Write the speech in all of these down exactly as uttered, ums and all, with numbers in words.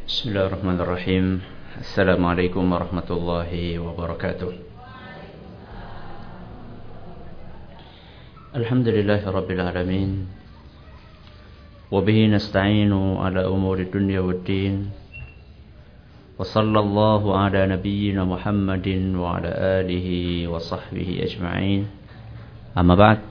Bismillahirrahmanirrahim. Assalamualaikum warahmatullahi wabarakatuh. Alhamdulillahi rabbil alamin. Wabihi nasta'inu ala umuri dunya waddin. Wa sallallahu ala nabiyyina Muhammadin wa ala alihi wa sahbihi ajma'in. Amma ba'd.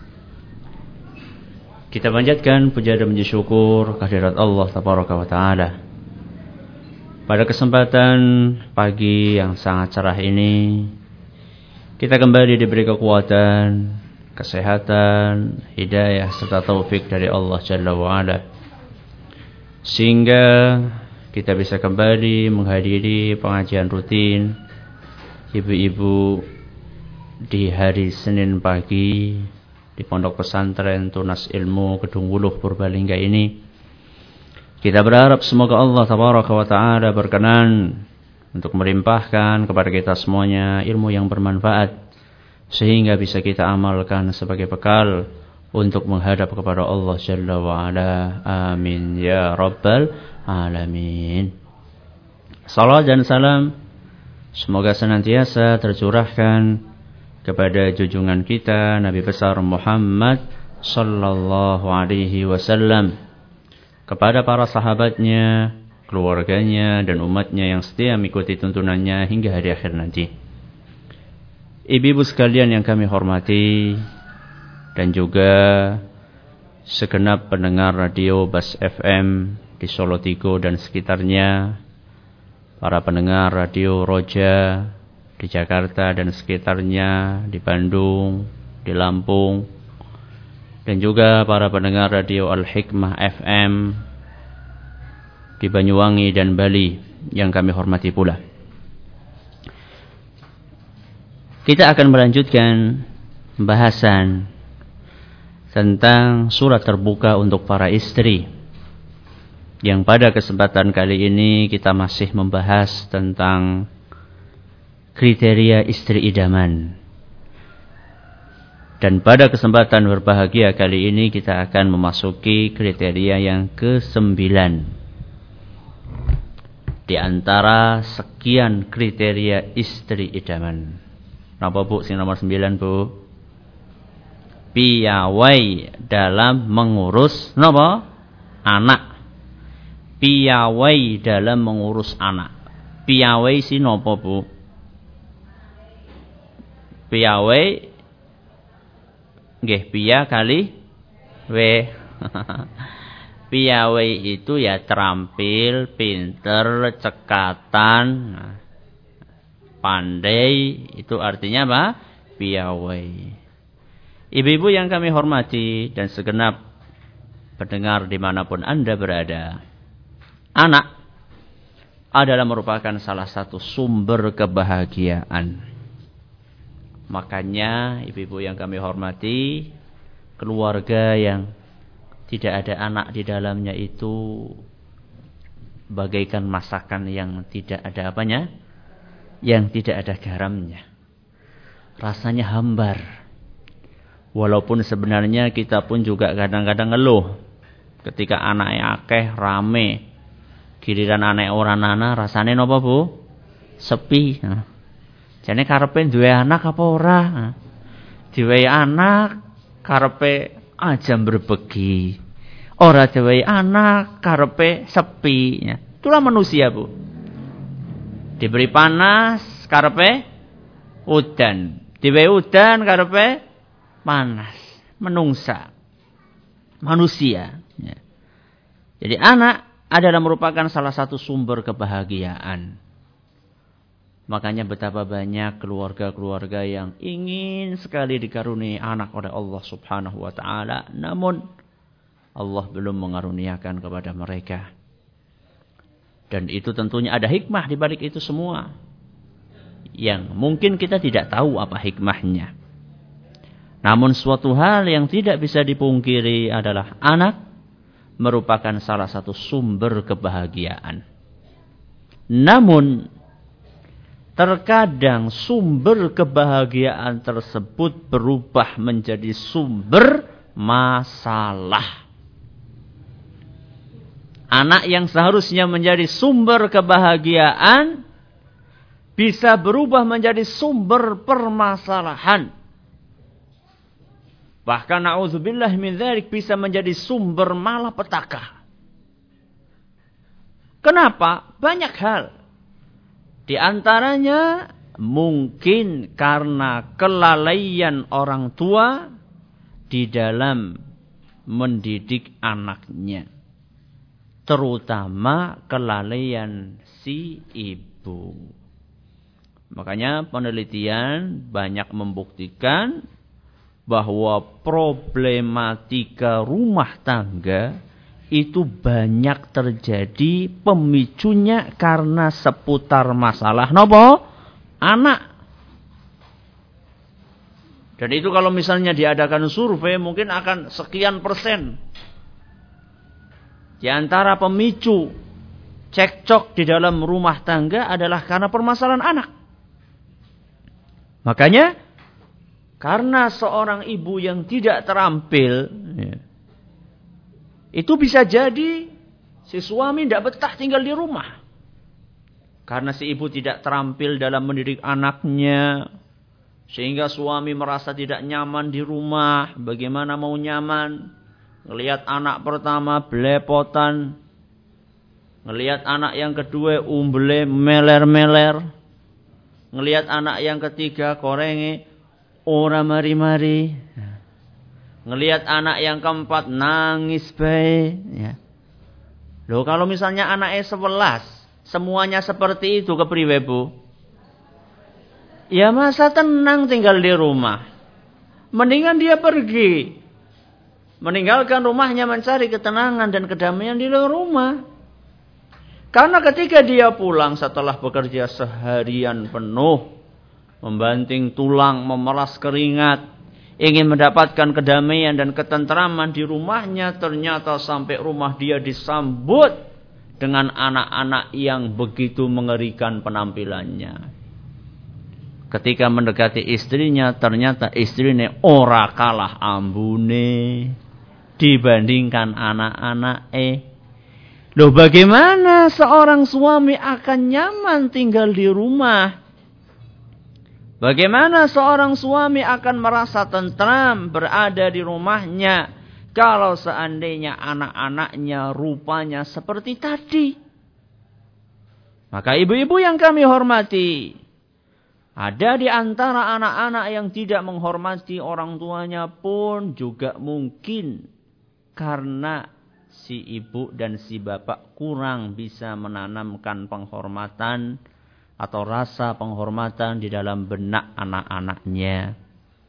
Kita panjatkan puja dan puji syukur kehadirat Allah tabaraka wa ta'ala. Pada kesempatan pagi yang sangat cerah ini, kita kembali diberi kekuatan, kesehatan, hidayah serta taufik dari Allah Jalla wa'ala, sehingga kita bisa kembali menghadiri pengajian rutin ibu-ibu di hari Senin pagi di Pondok Pesantren Tunas Ilmu Kedung Wuluh Purbalingga ini. Kita berharap semoga Allah Tabaraka wa Ta'ala berkenan untuk melimpahkan kepada kita semuanya ilmu yang bermanfaat, sehingga bisa kita amalkan sebagai bekal untuk menghadap kepada Allah Jalla wa'ala. Amin ya Rabbal Alamin. Salam dan salam semoga senantiasa tercurahkan kepada junjungan kita Nabi besar Muhammad sallallahu alaihi wasallam, kepada para sahabatnya, keluarganya, dan umatnya yang setia mengikuti tuntunannya hingga hari akhir nanti. Ibu-ibu sekalian yang kami hormati, dan juga segenap pendengar radio Bas F M di Solo Tigo dan sekitarnya, para pendengar radio Roja di Jakarta dan sekitarnya, di Bandung, di Lampung, dan juga para pendengar radio Al-Hikmah F M di Banyuwangi dan Bali yang kami hormati pula. Kita akan melanjutkan pembahasan tentang surat terbuka untuk para istri, yang pada kesempatan kali ini kita masih membahas tentang kriteria istri idaman. Dan pada kesempatan berbahagia kali ini kita akan memasuki kriteria yang kesembilan di antara sekian kriteria istri idaman. Napa Bu sing nomor sembilan, Bu? Piawai dalam mengurus napa? Anak. Piawai dalam mengurus anak. Piawai si napa, Bu? Piawai nggih piya kali W. Piawai itu ya terampil, pinter, cekatan, pandai, itu artinya apa? Piawai. Ibu-ibu yang kami hormati dan segenap pendengar dimanapun Anda berada, anak adalah merupakan salah satu sumber kebahagiaan. Makanya ibu-ibu yang kami hormati, keluarga yang tidak ada anak di dalamnya itu bagaikan masakan yang tidak ada apanya, yang tidak ada garamnya. Rasanya hambar. Walaupun sebenarnya kita pun juga kadang-kadang ngeluh ketika anaknya akeh rame, giliran anak orang anak rasanya napa, Bu? Sepi. Nah. Jane karepe duwe anak apa ora? Duwe anak karepe ajam berbegi. Ora duwe anak karepe sepi. Ya. Itulah manusia, Bu. Diberi panas karepe udan. Diwe udan karepe panas. Menungsa. Manusia. Ya. Jadi anak adalah merupakan salah satu sumber kebahagiaan. Makanya betapa banyak keluarga-keluarga yang ingin sekali dikaruniai anak oleh Allah Subhanahu wa Ta'ala, namun Allah belum mengaruniakan kepada mereka. Dan itu tentunya ada hikmah di balik itu semua, yang mungkin kita tidak tahu apa hikmahnya. Namun suatu hal yang tidak bisa dipungkiri adalah anak merupakan salah satu sumber kebahagiaan. Namun terkadang sumber kebahagiaan tersebut berubah menjadi sumber masalah. Anak yang seharusnya menjadi sumber kebahagiaan bisa berubah menjadi sumber permasalahan. Bahkan na'udzubillah min dzalik bisa menjadi sumber malapetaka. Kenapa? Banyak hal. Di antaranya mungkin karena kelalaian orang tua di dalam mendidik anaknya. Terutama kelalaian si ibu. Makanya penelitian banyak membuktikan bahwa problematika rumah tangga itu banyak terjadi pemicunya karena seputar masalah nopo? Anak. Dan itu kalau misalnya diadakan survei mungkin akan sekian persen. Di antara pemicu cekcok di dalam rumah tangga adalah karena permasalahan anak. Makanya karena seorang ibu yang tidak terampil, ya, itu bisa jadi si suami tidak betah tinggal di rumah. Karena si ibu tidak terampil dalam mendidik anaknya, sehingga suami merasa tidak nyaman di rumah. Bagaimana mau nyaman? Ngelihat anak pertama belepotan. Ngelihat anak yang kedua umbele meler-meler. Ngelihat anak yang ketiga korenge ora mari-mari. Ngelihat anak yang keempat nangis bae. Ya. Loh kalau misalnya anaknya sebelas, semuanya seperti itu kepriwe Bu? Ya masa tenang tinggal di rumah. Mendingan dia pergi. Meninggalkan rumahnya mencari ketenangan dan kedamaian di luar rumah. Karena ketika dia pulang setelah bekerja seharian penuh, membanting tulang, memeras keringat, ingin mendapatkan kedamaian dan ketentraman di rumahnya, ternyata sampai rumah dia disambut dengan anak-anak yang begitu mengerikan penampilannya. Ketika mendekati istrinya, ternyata istrinya ora kalah ambune dibandingkan anak-anak eh. Loh bagaimana seorang suami akan nyaman tinggal di rumah? Bagaimana seorang suami akan merasa tentram berada di rumahnya kalau seandainya anak-anaknya rupanya seperti tadi? Maka ibu-ibu yang kami hormati, ada di antara anak-anak yang tidak menghormati orang tuanya pun juga mungkin karena si ibu dan si bapak kurang bisa menanamkan penghormatan atau rasa penghormatan di dalam benak anak-anaknya.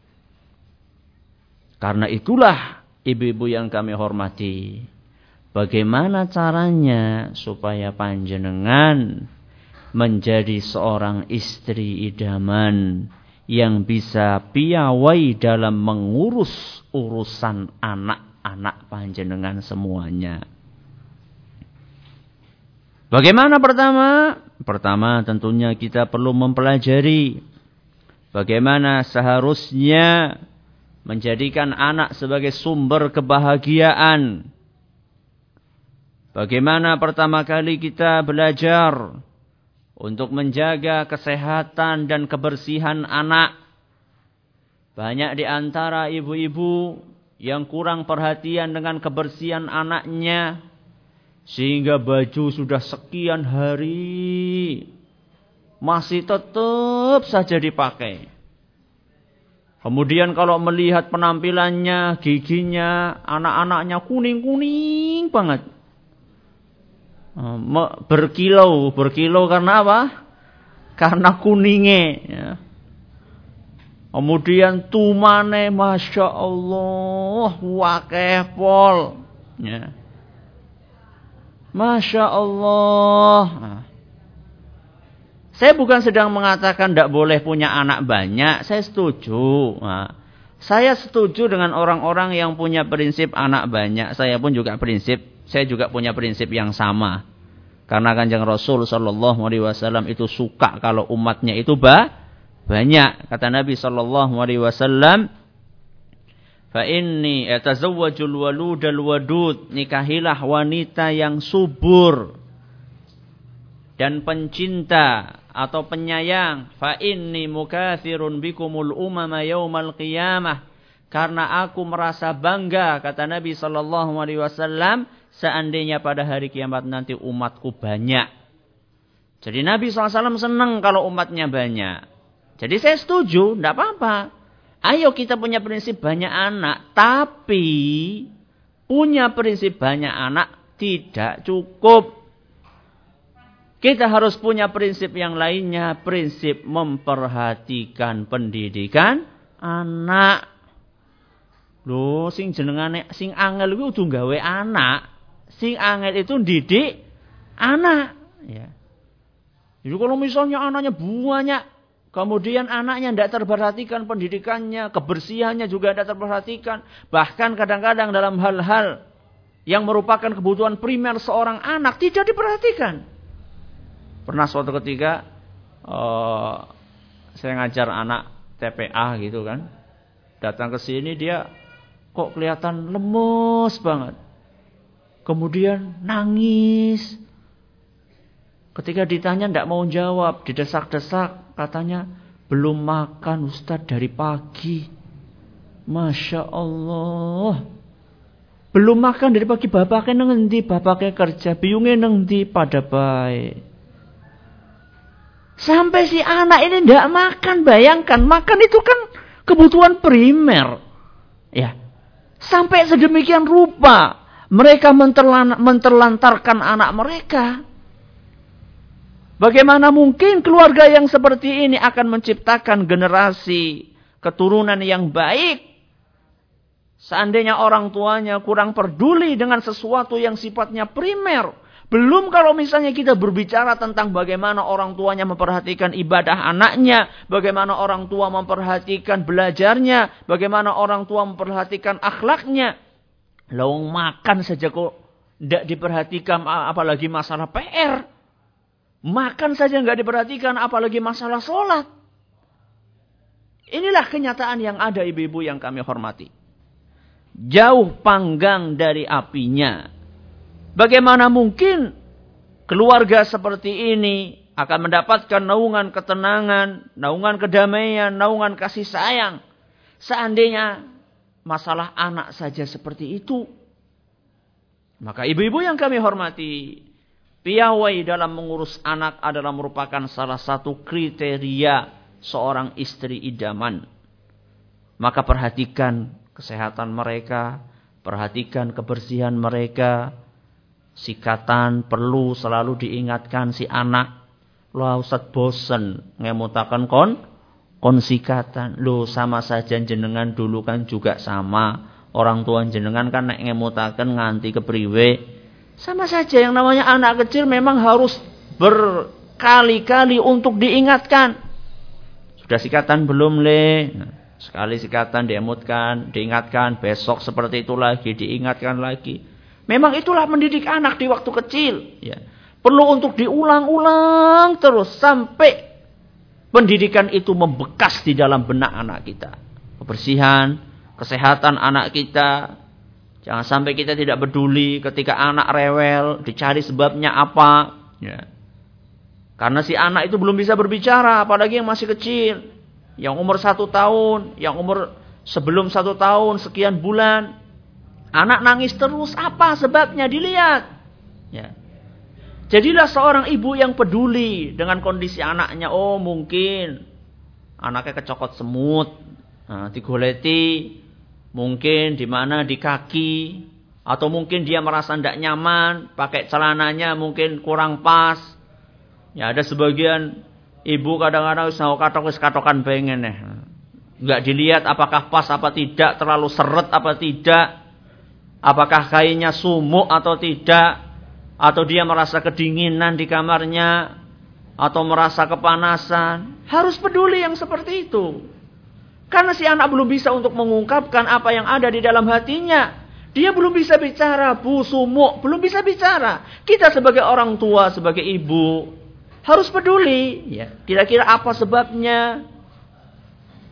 Karena itulah ibu-ibu yang kami hormati, bagaimana caranya supaya panjenengan menjadi seorang istri idaman yang bisa piawai dalam mengurus urusan anak-anak panjenengan semuanya. Bagaimana pertama? Pertama tentunya kita perlu mempelajari bagaimana seharusnya menjadikan anak sebagai sumber kebahagiaan. Bagaimana pertama kali kita belajar untuk menjaga kesehatan dan kebersihan anak. Banyak di antara ibu-ibu yang kurang perhatian dengan kebersihan anaknya, sehingga baju sudah sekian hari masih tetap saja dipakai. Kemudian kalau melihat penampilannya, giginya, anak-anaknya kuning-kuning banget. Berkilau, berkilau karena apa? Karena kuningnya. Ya. Kemudian tumane, masya Allah, wakeh pol. Ya. Masya Allah. Nah. Saya bukan sedang mengatakan tidak boleh punya anak banyak. Saya setuju. Nah. Saya setuju dengan orang-orang yang punya prinsip anak banyak. Saya pun juga prinsip. Saya juga punya prinsip yang sama. Karena Kanjeng Rasul Shallallahu Alaihi Wasallam itu suka kalau umatnya itu bah, banyak. Kata Nabi Shallallahu Alaihi Wasallam, Fa inni atazawwajul waludal wadud, nikahilah wanita yang subur dan pencinta atau penyayang. Fa inni mukatsirun bikumul umama yaumal qiyamah, karena aku merasa bangga, kata Nabi sallallahu alaihi wasallam, seandainya pada hari kiamat nanti umatku banyak. Jadi Nabi sallallahu alaihi wasallam senang kalau umatnya banyak. Jadi saya setuju, tidak apa-apa. Ayo kita punya prinsip banyak anak, tapi punya prinsip banyak anak tidak cukup. Kita harus punya prinsip yang lainnya, prinsip memperhatikan pendidikan anak. Loh, sing jenengane sing angel kuwi kudu gawe anak, sing angel itu didik anak, ya. Jadi kalau misalnya anaknya banyak, kemudian anaknya tidak terperhatikan pendidikannya, kebersihannya juga tidak terperhatikan. Bahkan kadang-kadang dalam hal-hal yang merupakan kebutuhan primer seorang anak tidak diperhatikan. Pernah suatu ketika uh, saya ngajar anak T P A gitu kan. Datang ke sini dia kok kelihatan lemes banget. Kemudian nangis. Ketika ditanya tidak mau jawab, didesak-desak, katanya belum makan Ustadz dari pagi. Masya Allah. Belum makan dari pagi, bapaknya ngendi, bapaknya kerja, biungnya ngendi, pada baik. Sampai si anak ini tidak makan, bayangkan, makan itu kan kebutuhan primer. Ya. Sampai sedemikian rupa mereka menterlan- menterlantarkan anak mereka. Bagaimana mungkin keluarga yang seperti ini akan menciptakan generasi keturunan yang baik? Seandainya orang tuanya kurang peduli dengan sesuatu yang sifatnya primer. Belum kalau misalnya kita berbicara tentang bagaimana orang tuanya memperhatikan ibadah anaknya. Bagaimana orang tua memperhatikan belajarnya. Bagaimana orang tua memperhatikan akhlaknya. Lawang makan saja kok tidak diperhatikan, apalagi masalah P R. Makan saja nggak diperhatikan, apalagi masalah sholat. Inilah kenyataan yang ada, ibu-ibu yang kami hormati. Jauh panggang dari apinya. Bagaimana mungkin keluarga seperti ini akan mendapatkan naungan ketenangan, naungan kedamaian, naungan kasih sayang, seandainya masalah anak saja seperti itu? Maka ibu-ibu yang kami hormati, piawai dalam mengurus anak adalah merupakan salah satu kriteria seorang istri idaman. Maka perhatikan kesehatan mereka, perhatikan kebersihan mereka. Sikatan perlu selalu diingatkan si anak. Loh Ustaz bosen ngemutakan kon kon sikatan. Loh sama saja jenengan dulu kan juga sama. Orang tua jenengan kan nek ngemutakan nganti kepriwe. Sama saja, yang namanya anak kecil memang harus berkali-kali untuk diingatkan. Sudah sikatan belum le? Sekali sikatan diemutkan, diingatkan. Besok seperti itu lagi, diingatkan lagi. Memang itulah mendidik anak di waktu kecil. Ya. Perlu untuk diulang-ulang terus sampai pendidikan itu membekas di dalam benak anak kita. Kebersihan, kesehatan anak kita. Jangan sampai kita tidak peduli ketika anak rewel, dicari sebabnya apa. Ya. Karena si anak itu belum bisa berbicara, apalagi yang masih kecil. Yang umur satu tahun, yang umur sebelum satu tahun, sekian bulan. Anak nangis terus, apa sebabnya? Dilihat. Ya. Jadilah seorang ibu yang peduli dengan kondisi anaknya. Oh mungkin anaknya kecokot semut, nah, digoleti, mungkin di mana di kaki, atau mungkin dia merasa tidak nyaman, pakai celananya mungkin kurang pas. Ya ada sebagian ibu kadang-kadang usah katok katokan pengen ya. Enggak dilihat apakah pas apa tidak, terlalu seret apa tidak. Apakah kainnya sumuk atau tidak. Atau dia merasa kedinginan di kamarnya. Atau merasa kepanasan. Harus peduli yang seperti itu. Karena si anak belum bisa untuk mengungkapkan apa yang ada di dalam hatinya. Dia belum bisa bicara. Bu, sumuk. Belum bisa bicara. Kita sebagai orang tua, sebagai ibu, harus peduli. Ya, kira-kira apa sebabnya.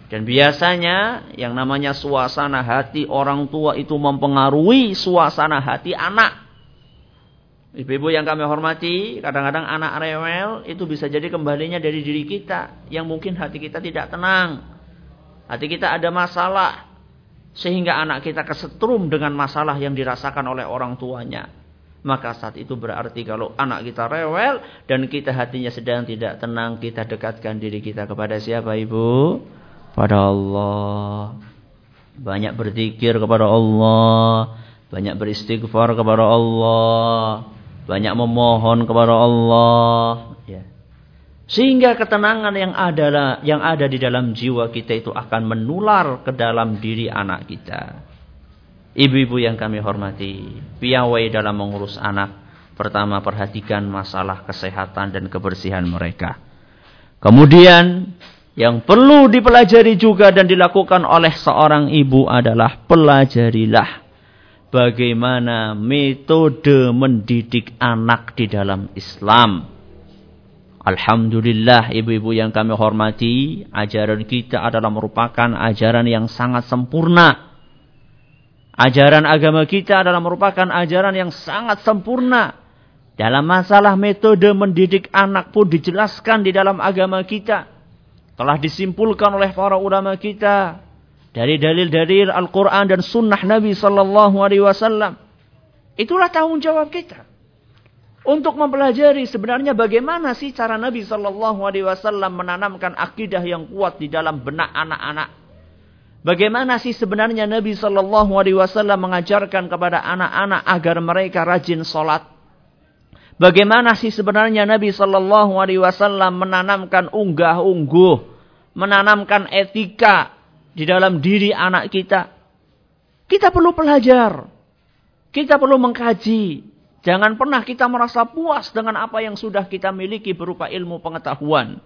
Dan biasanya yang namanya suasana hati orang tua itu mempengaruhi suasana hati anak. Ibu-ibu yang kami hormati, kadang-kadang anak rewel itu bisa jadi kembalinya dari diri kita. Yang mungkin hati kita tidak tenang. Hati kita ada masalah. Sehingga anak kita kesetrum dengan masalah yang dirasakan oleh orang tuanya. Maka saat itu berarti kalau anak kita rewel dan kita hatinya sedang tidak tenang, kita dekatkan diri kita kepada siapa, Ibu? Pada Allah. Banyak berzikir kepada Allah. Banyak beristighfar kepada Allah. Banyak memohon kepada Allah. Ya. Sehingga ketenangan yang ada, yang ada di dalam jiwa kita itu akan menular ke dalam diri anak kita. Ibu-ibu yang kami hormati, piawai dalam mengurus anak. Pertama, perhatikan masalah kesehatan dan kebersihan mereka. Kemudian yang perlu dipelajari juga dan dilakukan oleh seorang ibu adalah pelajarilah bagaimana metode mendidik anak di dalam Islam. Alhamdulillah ibu-ibu yang kami hormati, ajaran kita adalah merupakan ajaran yang sangat sempurna. Ajaran agama kita adalah merupakan ajaran yang sangat sempurna. Dalam masalah metode mendidik anak pun dijelaskan di dalam agama kita. Telah disimpulkan oleh para ulama kita dari dalil-dalil Al-Quran dan Sunnah Nabi Sallallahu Alaihi Wasallam. Itulah tanggung jawab kita untuk mempelajari sebenarnya bagaimana sih cara Nabi Sallallahu Alaihi Wasallam menanamkan akidah yang kuat di dalam benak anak-anak. Bagaimana sih sebenarnya Nabi Sallallahu Alaihi Wasallam mengajarkan kepada anak-anak agar mereka rajin sholat. Bagaimana sih sebenarnya Nabi Sallallahu Alaihi Wasallam menanamkan unggah-ungguh, menanamkan etika di dalam diri anak kita. Kita perlu belajar, kita perlu mengkaji. Jangan pernah kita merasa puas dengan apa yang sudah kita miliki berupa ilmu pengetahuan.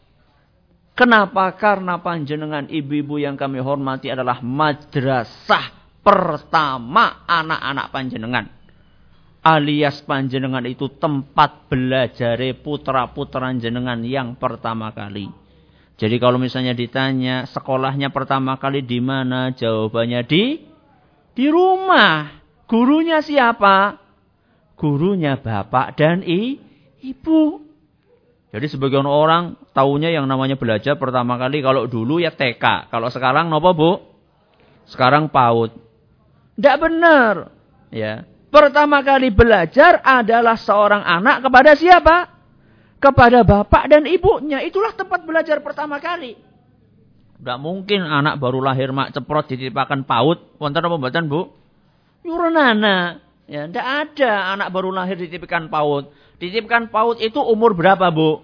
Kenapa? Karena panjenengan ibu-ibu yang kami hormati adalah madrasah pertama anak-anak panjenengan. Alias panjenengan itu tempat belajar putra-putra jenengan yang pertama kali. Jadi kalau misalnya ditanya sekolahnya pertama kali di mana? Jawabannya di di rumah. Gurunya siapa? Gurunya bapak dan i, ibu. Jadi sebagian orang taunya yang namanya belajar pertama kali kalau dulu ya T K. Kalau sekarang apa, Bu? Sekarang PAUD. Tidak benar. Ya. Pertama kali belajar adalah seorang anak kepada siapa? Kepada bapak dan ibunya. Itulah tempat belajar pertama kali. Tidak mungkin anak baru lahir mak ceprot dititipkan PAUD. Wonten apa mboten, Bu? Yurenana. Ya, tidak ada anak baru lahir dititipkan PAUD. Dititipkan PAUD itu umur berapa, Bu?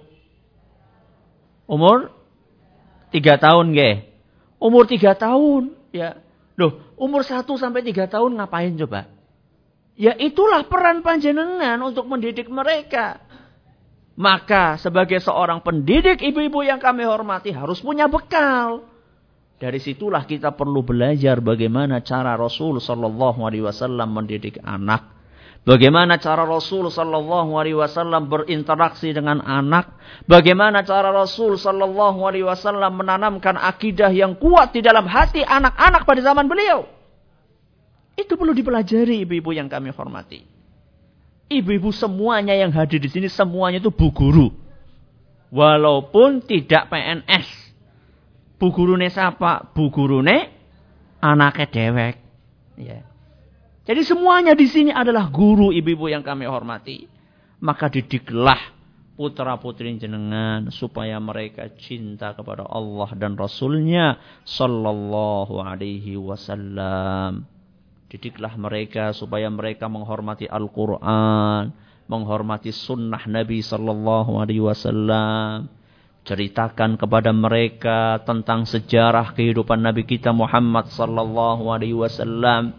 Umur tiga tahun, nggih. Umur tiga tahun, ya. Loh, umur satu sampai tiga tahun ngapain coba? Ya itulah peran panjenengan untuk mendidik mereka. Maka sebagai seorang pendidik ibu-ibu yang kami hormati harus punya bekal. Dari situlah kita perlu belajar bagaimana cara Rasul Sallallahu Alaihi Wasallam mendidik anak. Bagaimana cara Rasul Sallallahu Alaihi Wasallam berinteraksi dengan anak. Bagaimana cara Rasul Sallallahu Alaihi Wasallam menanamkan akidah yang kuat di dalam hati anak-anak pada zaman beliau. Itu perlu dipelajari ibu-ibu yang kami hormati. Ibu-ibu semuanya yang hadir di sini semuanya itu bu guru. Walaupun tidak P N S. Bu gurune siapa? Bu gurune anaknya dewek. Ya. Jadi semuanya di sini adalah guru ibu-ibu yang kami hormati. Maka didiklah putra-putri jenengan supaya mereka cinta kepada Allah dan Rasulnya Sallallahu Alaihi Wasallam. Didiklah mereka supaya mereka menghormati Al-Quran, menghormati sunnah Nabi Sallallahu Alaihi Wasallam. Ceritakan kepada mereka tentang sejarah kehidupan Nabi kita Muhammad Sallallahu Alaihi Wasallam,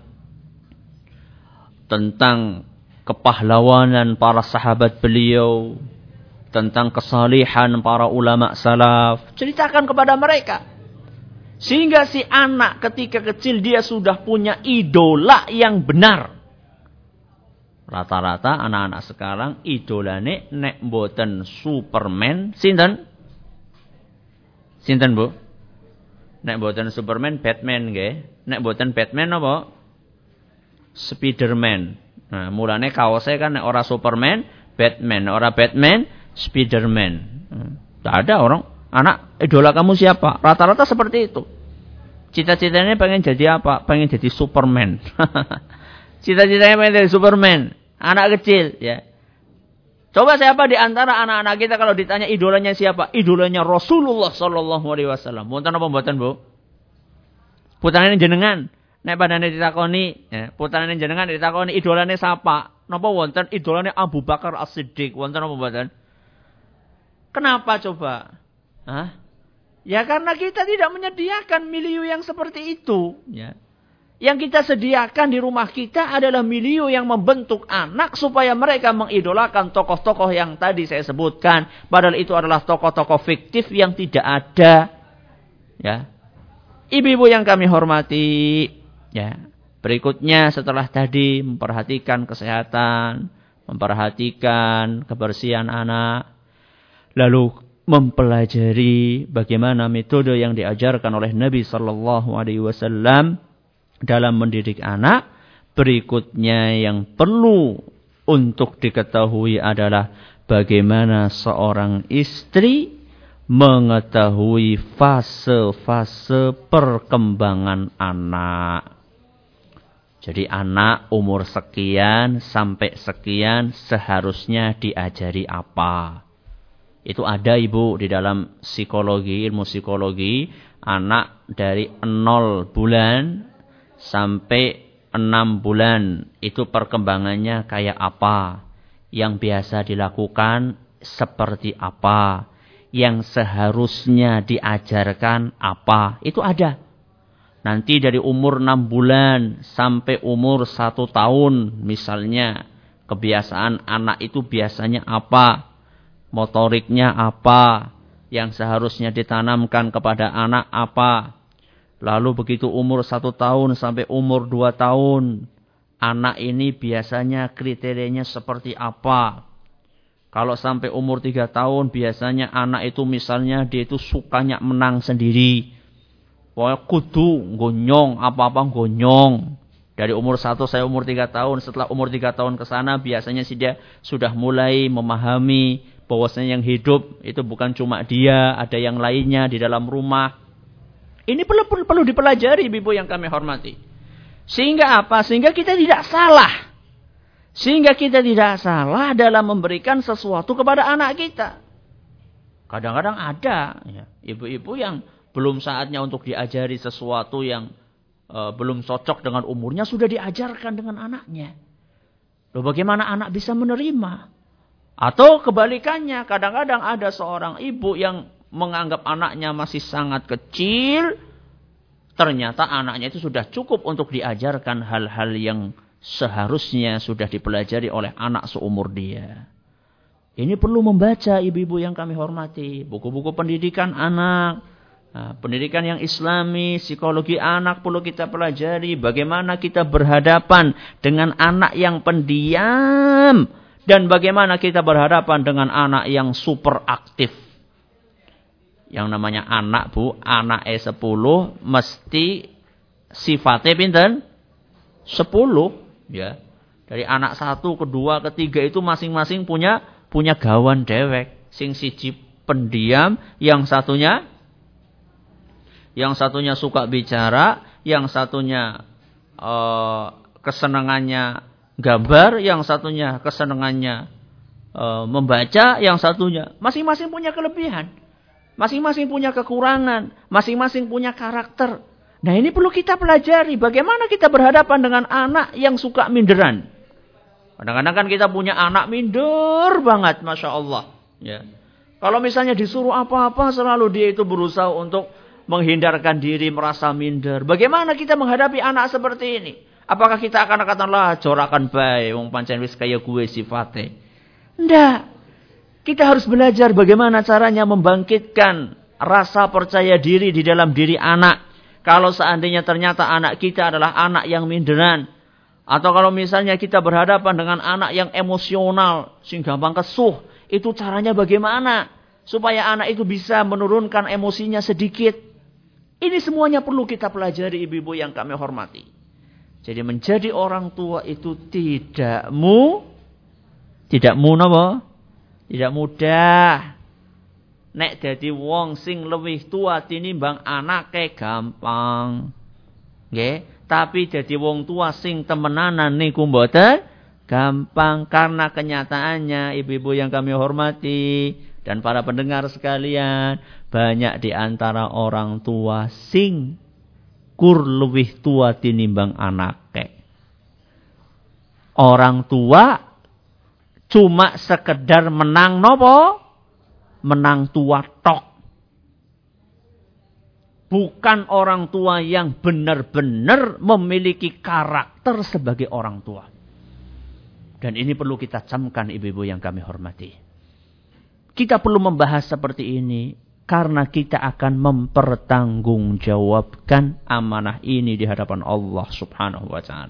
tentang kepahlawanan para sahabat beliau, tentang kesalihan para ulama salaf. Ceritakan kepada mereka. Sehingga si anak ketika kecil dia sudah punya idola yang benar. Rata-rata anak-anak sekarang idolane nek mboten Superman, sinten? Sinten, Bu? Nek boten Superman, Batman nggih. Nek boten Batman apa? Spiderman. Nah, mulane kaosnya kan nek ora Superman, Batman, ora Batman, Spiderman. Tidak ada orang, anak idola kamu siapa? Rata-rata seperti itu. Cita-citanya pengen jadi apa? Pengen jadi Superman. Cita-citanya pengen jadi Superman. Anak kecil, ya. Coba siapa di antara anak-anak kita kalau ditanya idolanya siapa? Idolanya Rasulullah Sallallahu Alaihi Wasallam. Mboten apa mboten, Bu? Putrane jenengan. Nek padane ditakoni, ya, putrane jenengan ditakoni idolane siapa? Napa wonten idolane Abu Bakar As-Siddiq? Wonten apa mboten? Kenapa coba? Hah? Ya karena kita tidak menyediakan milieu yang seperti itu, ya. Yang kita sediakan di rumah kita adalah milieu yang membentuk anak supaya mereka mengidolakan tokoh-tokoh yang tadi saya sebutkan. Padahal itu adalah tokoh-tokoh fiktif yang tidak ada. Ya, ibu-ibu yang kami hormati, ya. Berikutnya setelah tadi memperhatikan kesehatan, memperhatikan kebersihan anak, lalu mempelajari bagaimana metode yang diajarkan oleh Nabi Sallallahu Alaihi Wasallam dalam mendidik anak. Berikutnya yang perlu untuk diketahui adalah bagaimana seorang istri mengetahui fase-fase perkembangan anak. Jadi anak umur sekian sampai sekian seharusnya diajari apa? Itu ada Ibu di dalam psikologi, ilmu psikologi. Anak dari nol bulan sampai enam bulan itu perkembangannya kayak apa? Yang biasa dilakukan seperti apa? Yang seharusnya diajarkan apa? Itu ada. Nanti dari umur enam bulan sampai umur satu tahun misalnya, kebiasaan anak itu biasanya apa? Motoriknya apa? Yang seharusnya ditanamkan kepada anak apa? Lalu begitu umur satu tahun sampai umur dua tahun, anak ini biasanya kriterianya seperti apa? Kalau sampai umur tiga tahun, biasanya anak itu misalnya dia itu sukanya menang sendiri. Pokoknya kudu gonyong, apa-apa gonyong. Dari umur satu saya umur tiga tahun, setelah umur tiga tahun ke sana, biasanya sih dia sudah mulai memahami bahwasanya yang hidup itu bukan cuma dia, ada yang lainnya di dalam rumah. Ini perlu, perlu, perlu dipelajari, ibu yang kami hormati. Sehingga apa? Sehingga kita tidak salah. Sehingga kita tidak salah dalam memberikan sesuatu kepada anak kita. Kadang-kadang ada ya, ibu-ibu yang belum saatnya untuk diajari sesuatu yang uh, belum cocok dengan umurnya, sudah diajarkan dengan anaknya. Loh, bagaimana anak bisa menerima? Atau kebalikannya, kadang-kadang ada seorang ibu yang menganggap anaknya masih sangat kecil, ternyata anaknya itu sudah cukup untuk diajarkan hal-hal yang seharusnya sudah dipelajari oleh anak seumur dia. Ini perlu membaca, ibu-ibu yang kami hormati, buku-buku pendidikan anak, nah, pendidikan yang islami, psikologi anak perlu kita pelajari. Bagaimana kita berhadapan dengan anak yang pendiam, dan bagaimana kita berhadapan dengan anak yang super aktif. Yang namanya anak, Bu, anak E sepuluh mesti sifatnya pinten? sepuluh, ya. Dari anak satu, kedua, ketiga itu masing-masing punya punya gawan dewek. Sing siji pendiam, yang satunya yang satunya suka bicara, yang satunya uh, kesenangannya gambar, yang satunya kesenangannya uh, membaca, yang satunya masing-masing punya kelebihan. Masing-masing punya kekurangan, masing-masing punya karakter. Nah, ini perlu kita pelajari. Bagaimana kita berhadapan dengan anak yang suka minderan. Kadang-kadang kan kita punya anak minder banget, Masya Allah. Ya. Kalau misalnya disuruh apa-apa, selalu dia itu berusaha untuk menghindarkan diri, merasa minder. Bagaimana kita menghadapi anak seperti ini? Apakah kita akan katakanlah jorakan bae, wong pancen wis kaya gue sifate? Enggak. Kita harus belajar bagaimana caranya membangkitkan rasa percaya diri di dalam diri anak. Kalau seandainya ternyata anak kita adalah anak yang minderan. Atau kalau misalnya kita berhadapan dengan anak yang emosional, sing gampang kesuh. Itu caranya bagaimana? Supaya anak itu bisa menurunkan emosinya sedikit. Ini semuanya perlu kita pelajari ibu-ibu yang kami hormati. Jadi menjadi orang tua itu tidak mu, tidak mu napa? Tidak mudah. Nek dadi wong sing luwih tua tinimbang anake gampang. Nggih, tapi dadi wong tua sing temenanan niku mboten gampang, karena kenyataannya ibu-ibu yang kami hormati dan para pendengar sekalian, banyak di antara orang tua sing kur luwih tua tinimbang anake. Orang tua cuma sekedar menang nopo? Menang tua tok. Bukan orang tua yang benar-benar memiliki karakter sebagai orang tua. Dan ini perlu kita camkan ibu-ibu yang kami hormati. Kita perlu membahas seperti ini karena kita akan mempertanggungjawabkan amanah ini di hadapan Allah Subhanahu wa taala.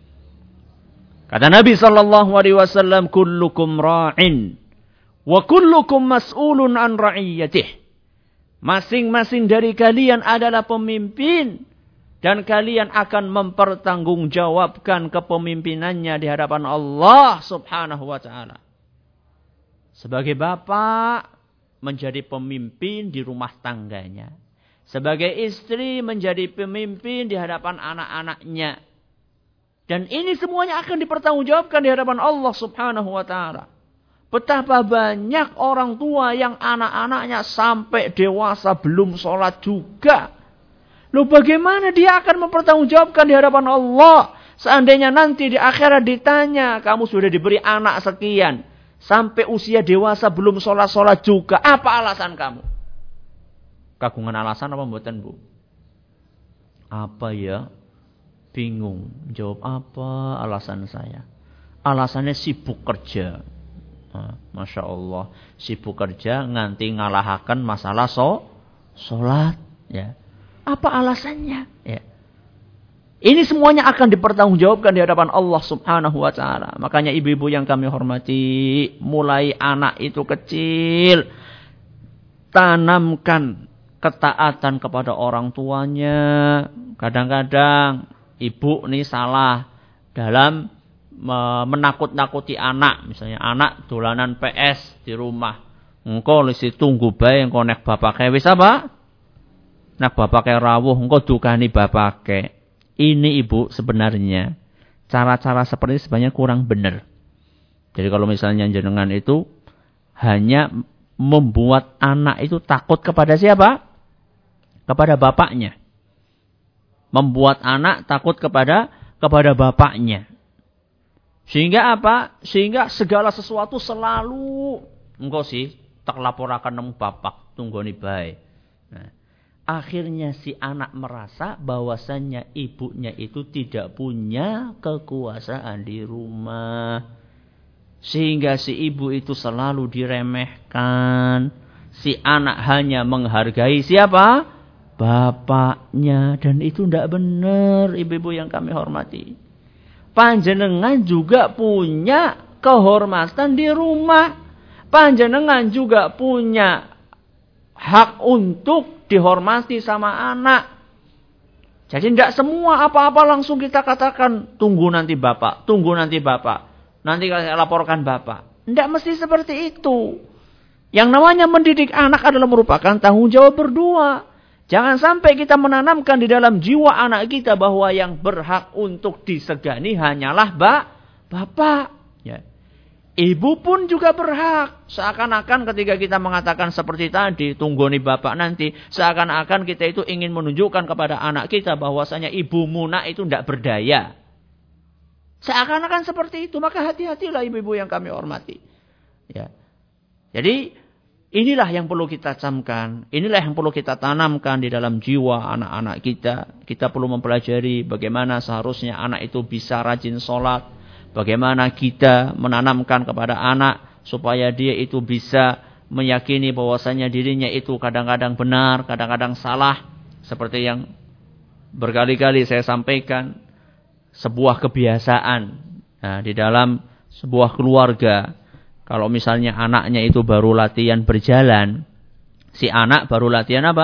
Kata Nabi sallallahu alaihi wasallam, kullukum ra'in wa kullukum mas'ulun an ra'iyyatihi. Masing-masing dari kalian adalah pemimpin dan kalian akan mempertanggungjawabkan kepemimpinannya di hadapan Allah Subhanahu wa taala. Sebagai bapak menjadi pemimpin di rumah tangganya. Sebagai istri menjadi pemimpin di hadapan anak-anaknya. Dan ini semuanya akan dipertanggungjawabkan di hadapan Allah Subhanahu wa taala. Betapa banyak orang tua yang anak-anaknya sampai dewasa belum sholat juga. Loh, bagaimana dia akan mempertanggungjawabkan di hadapan Allah? Seandainya nanti di akhirat ditanya, kamu sudah diberi anak sekian, sampai usia dewasa belum sholat-sholat juga, apa alasan kamu? Kagungan alasan apa mboten, Bu? Apa ya? Bingung. Jawab apa alasan saya? Alasannya sibuk kerja. Nah, Masya Allah. Sibuk kerja nganti ngalahaken masalah so, sholat. Ya. Apa alasannya? Ya. Ini semuanya akan dipertanggungjawabkan di hadapan Allah Subhanahu wa taala. Makanya ibu-ibu yang kami hormati, mulai anak itu kecil, tanamkan ketaatan kepada orang tuanya. Kadang-kadang ibu nih salah dalam menakut-nakuti anak. Misalnya anak dolanan P S di rumah. Engko lisi tunggu bae engko nek bapake wis apa? Nek bapake rawuh engko dukani bapake. Ini ibu sebenarnya cara-cara seperti ini sebenarnya kurang benar. Jadi kalau misalnya jenengan itu hanya membuat anak itu takut kepada siapa? Kepada bapaknya. Membuat anak takut kepada kepada bapaknya. Sehingga apa? Sehingga segala sesuatu selalu engko sih tak laporakan nemu bapak tunggoni bae. Nah, akhirnya si anak merasa bahwasannya ibunya itu tidak punya kekuasaan di rumah. Sehingga si ibu itu selalu diremehkan. Si anak hanya menghargai siapa? Bapaknya. Dan itu tidak benar, ibu-ibu yang kami hormati. Panjenengan juga punya kehormatan di rumah. Panjenengan juga punya hak untuk dihormati sama anak. Jadi tidak semua apa-apa langsung kita katakan, tunggu nanti bapak, tunggu nanti bapak. Nanti saya laporkan bapak. Tidak mesti seperti itu. Yang namanya mendidik anak adalah merupakan tanggung jawab berdua. Jangan sampai kita menanamkan di dalam jiwa anak kita bahwa yang berhak untuk disegani hanyalah bak, bapak. Ya. Ibu pun juga berhak. Seakan-akan ketika kita mengatakan seperti tadi, tunggu nih bapak nanti. Seakan-akan kita itu ingin menunjukkan kepada anak kita bahwasanya ibumu nak itu tidak berdaya. Seakan-akan seperti itu. Maka hati-hatilah ibu-ibu yang kami hormati. Ya. Jadi inilah yang perlu kita camkan. Inilah yang perlu kita tanamkan di dalam jiwa anak-anak kita. Kita perlu mempelajari bagaimana seharusnya anak itu bisa rajin sholat. Bagaimana kita menanamkan kepada anak supaya dia itu bisa meyakini bahwasanya dirinya itu kadang-kadang benar, kadang-kadang salah. Seperti yang berkali-kali saya sampaikan. Sebuah kebiasaan nah, di dalam sebuah keluarga. Kalau misalnya anaknya itu baru latihan berjalan, si anak baru latihan apa?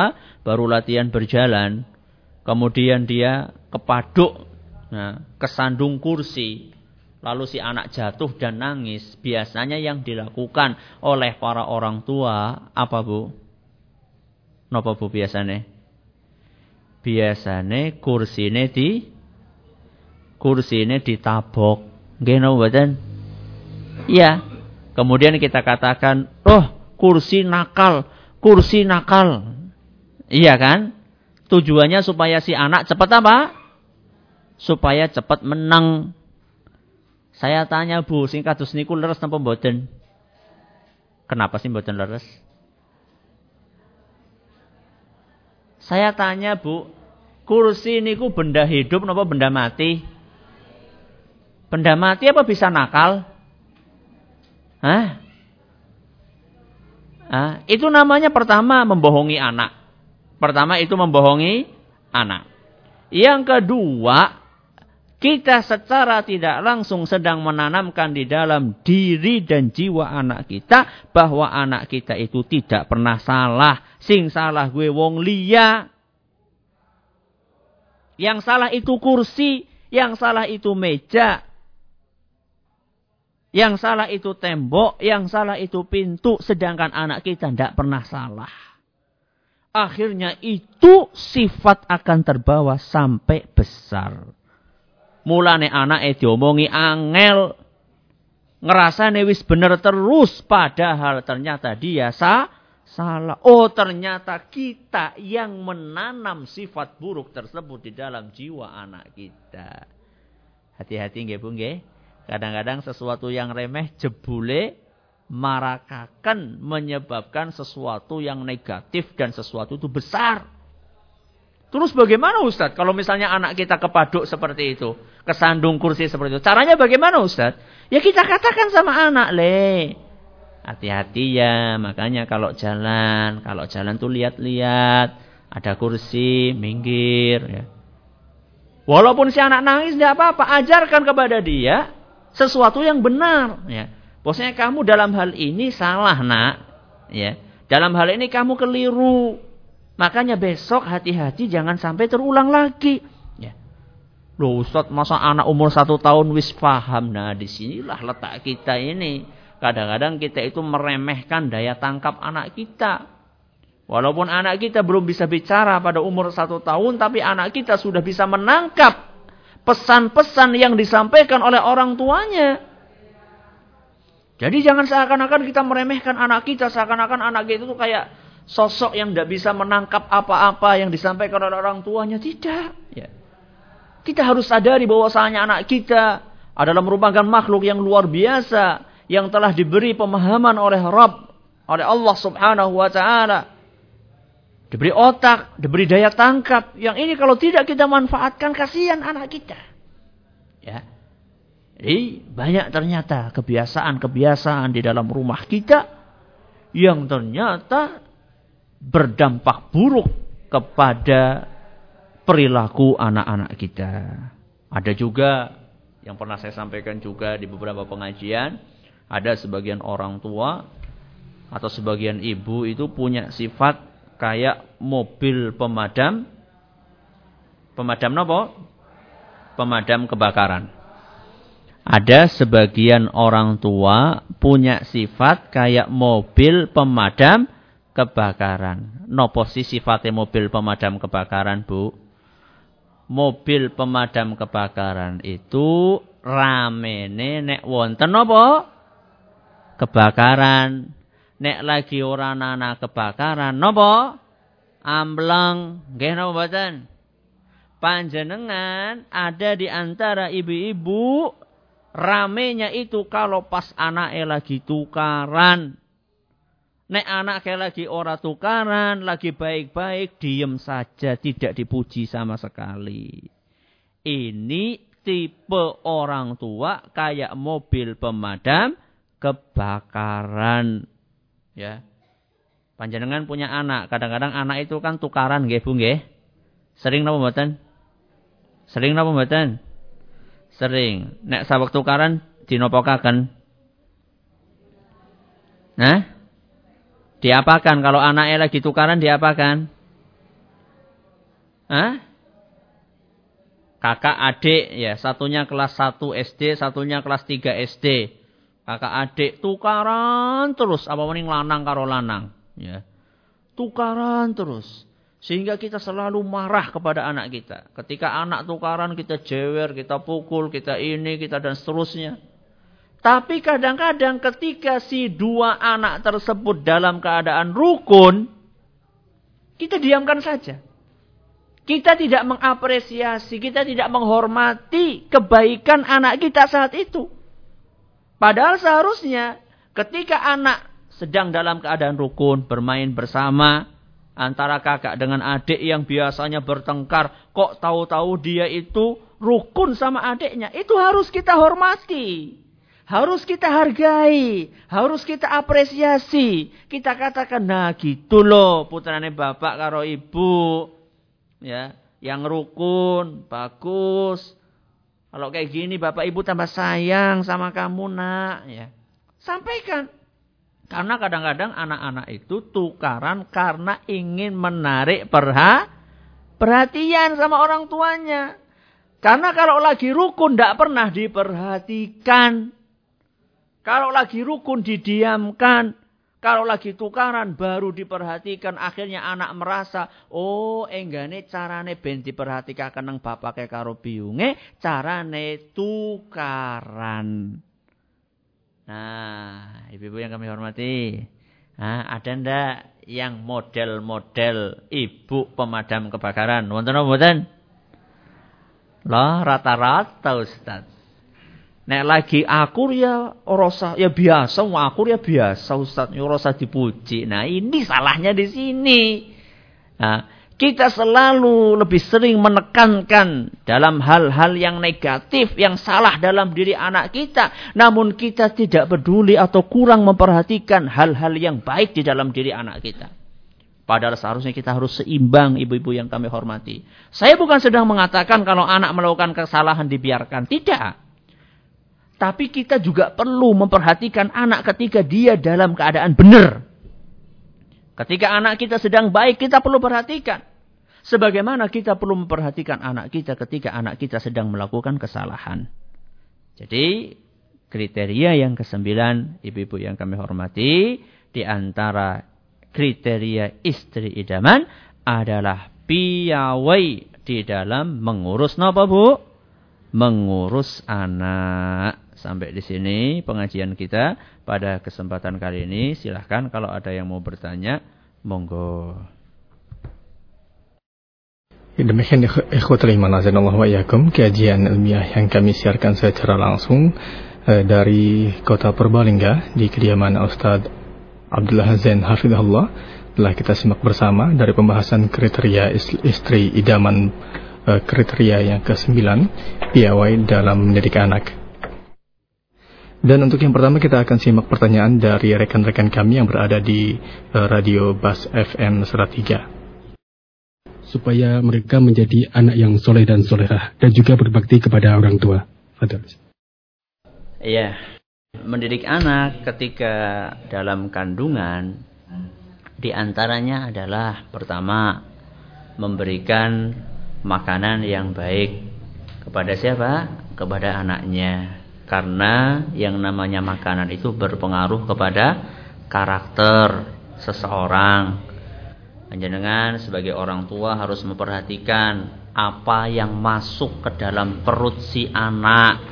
baru latihan berjalan, kemudian dia kepaduk, nah, kesandung kursi, lalu si anak jatuh dan nangis. Biasanya yang dilakukan oleh para orang tua apa, Bu? Napa, Bu, biasane? Biasane kursine di kursine ditabok. Nggih napa mboten? Iya. Kemudian kita katakan, "Oh, kursi nakal, kursi nakal." Iya kan? Tujuannya supaya si anak cepat apa? Supaya cepat menang. Saya tanya, Bu, sing kados niku leres napa mboten? Kenapa sih mboten leres? Saya tanya, Bu, kursi niku benda hidup napa benda mati? Benda mati apa bisa nakal? Hah? Ah, itu namanya pertama membohongi anak. Pertama itu membohongi anak. Yang kedua, kita secara tidak langsung sedang menanamkan di dalam diri dan jiwa anak kita bahwa anak kita itu tidak pernah salah. Sing salah gue wong liya. Yang salah itu kursi, yang salah itu meja. Yang salah itu tembok, yang salah itu pintu, sedangkan anak kita tidak pernah salah. Akhirnya itu sifat akan terbawa sampai besar. Mulane anake diomongi angel, ngerasane wis bener terus, padahal ternyata dia sa salah. Oh, ternyata kita yang menanam sifat buruk tersebut di dalam jiwa anak kita. Hati-hati nggih, Bu, nggih. Kadang-kadang sesuatu yang remeh jebule marakakan, menyebabkan sesuatu yang negatif dan sesuatu itu besar. Terus bagaimana, Ustadz? Kalau misalnya anak kita kepaduk seperti itu, kesandung kursi seperti itu, caranya bagaimana, Ustadz? Ya kita katakan sama anak, le, hati-hati ya. Makanya kalau jalan, kalau jalan tuh lihat-lihat, ada kursi, minggir. Ya. Walaupun si anak nangis, tidak apa-apa, ajarkan kepada dia sesuatu yang benar, ya. Bosnya kamu dalam hal ini salah, nak, ya. Dalam hal ini kamu keliru. Makanya besok hati-hati jangan sampai terulang lagi, ya. Loh, Ustaz, masa anak umur satu tahun wis paham? Nah, disinilah letak kita ini. Kadang-kadang kita itu meremehkan daya tangkap anak kita. Walaupun anak kita belum bisa bicara pada umur satu tahun, tapi anak kita sudah bisa menangkap pesan-pesan yang disampaikan oleh orang tuanya. Jadi jangan seakan-akan kita meremehkan anak kita, seakan-akan anak kita itu kayak sosok yang tidak bisa menangkap apa-apa yang disampaikan oleh orang tuanya. Tidak. Ya. Kita harus sadari bahwasanya anak kita adalah merupakan makhluk yang luar biasa, yang telah diberi pemahaman oleh Rabb, oleh Allah Subhanahu wa Ta'ala. Diberi otak, diberi daya tangkap. Yang ini kalau tidak kita manfaatkan, kasihan anak kita. Ya. Jadi banyak ternyata kebiasaan-kebiasaan di dalam rumah kita yang ternyata berdampak buruk kepada perilaku anak-anak kita. Ada juga yang pernah saya sampaikan juga di beberapa pengajian, ada sebagian orang tua atau sebagian ibu itu punya sifat kayak mobil pemadam, pemadam apa? Pemadam kebakaran. Ada sebagian orang tua punya sifat kayak mobil pemadam kebakaran. Nopo sih sifatnya mobil pemadam kebakaran, Bu? Mobil pemadam kebakaran itu ramene nek wonten apa? Kebakaran. Nek lagi ora ana kebakaran, napa? Ambleng. Nggih napa mboten? Panjenengan ada di antara ibu-ibu, ramenya itu kalau pas anake lagi tukaran. Nek anake lagi ora tukaran, lagi baik-baik, diem saja, tidak dipuji sama sekali. Ini tipe orang tua kayak mobil pemadam kebakaran. Ya, panjenengan punya anak, kadang-kadang anak itu kan tukaran, nggih Bu, nggih. Sering napa mboten? Sering napa mboten? Sering. Nek saweg tukaran dinopokaken? Nah, diapakan kalau anaknya lagi tukaran diapakan? Hah? Kakak adik ya, satunya kelas satu S D, satunya kelas tiga S D. Kakak adik tukaran terus apa mending lanang karo lanang, ya. Tukaran terus. Sehingga kita selalu marah kepada anak kita. Ketika anak tukaran kita jewer, kita pukul, kita ini, kita dan seterusnya. Tapi kadang-kadang ketika si dua anak tersebut dalam keadaan rukun, kita diamkan saja. Kita tidak mengapresiasi, kita tidak menghormati kebaikan anak kita saat itu. Padahal seharusnya ketika anak sedang dalam keadaan rukun, bermain bersama, antara kakak dengan adik yang biasanya bertengkar, kok tahu-tahu dia itu rukun sama adiknya, itu harus kita hormati. Harus kita hargai, harus kita apresiasi. Kita katakan, nah gitu loh putrane bapak karo ibu. Ya, yang rukun, bagus. Kalau kayak gini bapak ibu tambah sayang sama kamu nak. Ya. Sampaikan. Karena kadang-kadang anak-anak itu tukaran karena ingin menarik perha, perhatian sama orang tuanya. Karena kalau lagi rukun tidak pernah diperhatikan. Kalau lagi rukun didiamkan. Kalau lagi tukaran baru diperhatikan. Akhirnya anak merasa, oh enggane carane ben diperhatikan nang bapake karo biyunge, carane tukaran. Nah, ibu-ibu yang kami hormati, nah, ada ndak yang model-model ibu pemadam kebakaran? Wonten apa mboten? Lah rata-rata Ustaz. Nek lagi akur ya ora ya biasa, akur ya biasa Ustaz, ya ora usah dipuji. Nah, ini salahnya di sini. Nah, kita selalu lebih sering menekankan dalam hal-hal yang negatif, yang salah dalam diri anak kita. Namun kita tidak peduli atau kurang memperhatikan hal-hal yang baik di dalam diri anak kita. Padahal seharusnya kita harus seimbang, ibu-ibu yang kami hormati. Saya bukan sedang mengatakan kalau anak melakukan kesalahan dibiarkan. Tidak. Tapi kita juga perlu memperhatikan anak ketika dia dalam keadaan benar. Ketika anak kita sedang baik, kita perlu perhatikan. Sebagaimana kita perlu memperhatikan anak kita ketika anak kita sedang melakukan kesalahan. Jadi, kriteria yang kesembilan, ibu-ibu yang kami hormati, di antara kriteria istri idaman adalah piawai di dalam mengurus napa Bu? Mengurus anak. Sampai di sini pengajian kita pada kesempatan kali ini. Silahkan kalau ada yang mau bertanya, monggo. Demikian ikhwatul iman azanallahu wa iyyakum, kajian ilmiah yang kami siarkan secara langsung eh, dari Kota Purbalingga di kediaman Ustaz Abdullah Zain Hafizahullah. Telah kita simak bersama dari pembahasan kriteria istri idaman, eh, kriteria yang kesembilan, piawai dalam mendidik anak. Dan untuk yang pertama kita akan simak pertanyaan dari rekan-rekan kami yang berada di uh, Radio Bas F M Salatiga. Supaya mereka menjadi anak yang soleh dan solehah dan juga berbakti kepada orang tua. Fadhil. Iya, mendidik anak ketika dalam kandungan di antaranya adalah pertama memberikan makanan yang baik kepada siapa? Kepada anaknya. Karena yang namanya makanan itu berpengaruh kepada karakter seseorang. Panjenengan sebagai orang tua harus memperhatikan apa yang masuk ke dalam perut si anak.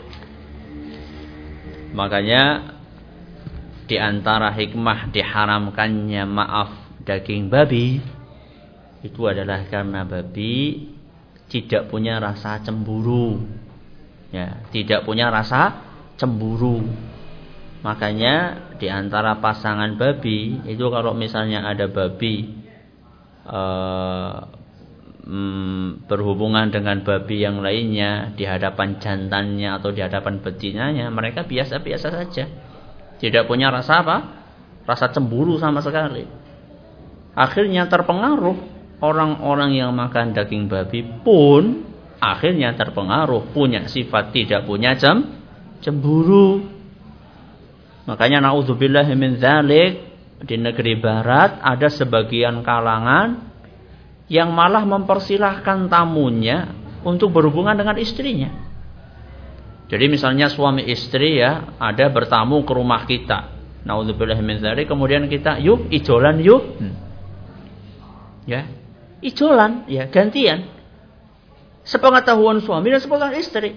Makanya di antara hikmah diharamkannya maaf daging babi itu adalah karena babi tidak punya rasa cemburu. Ya, tidak punya rasa cemburu. Makanya di antara pasangan babi itu kalau misalnya ada babi uh, mm, berhubungan dengan babi yang lainnya di hadapan jantannya atau di hadapan betinanya, mereka biasa-biasa saja. Tidak punya rasa apa? Rasa cemburu sama sekali. Akhirnya terpengaruh orang-orang yang makan daging babi pun akhirnya terpengaruh, punya sifat tidak punya cem, cemburu. Makanya naudzubillahi min dzalik, di negeri barat ada sebagian kalangan yang malah mempersilahkan tamunya untuk berhubungan dengan istrinya. Jadi misalnya suami istri ya, ada bertamu ke rumah kita. Naudzubillah min dzalik, kemudian kita yuk ijolan yuk. Hmm. Ya. Ijolan, ya gantian. Sepengetahuan suami dan sepengetahuan istri.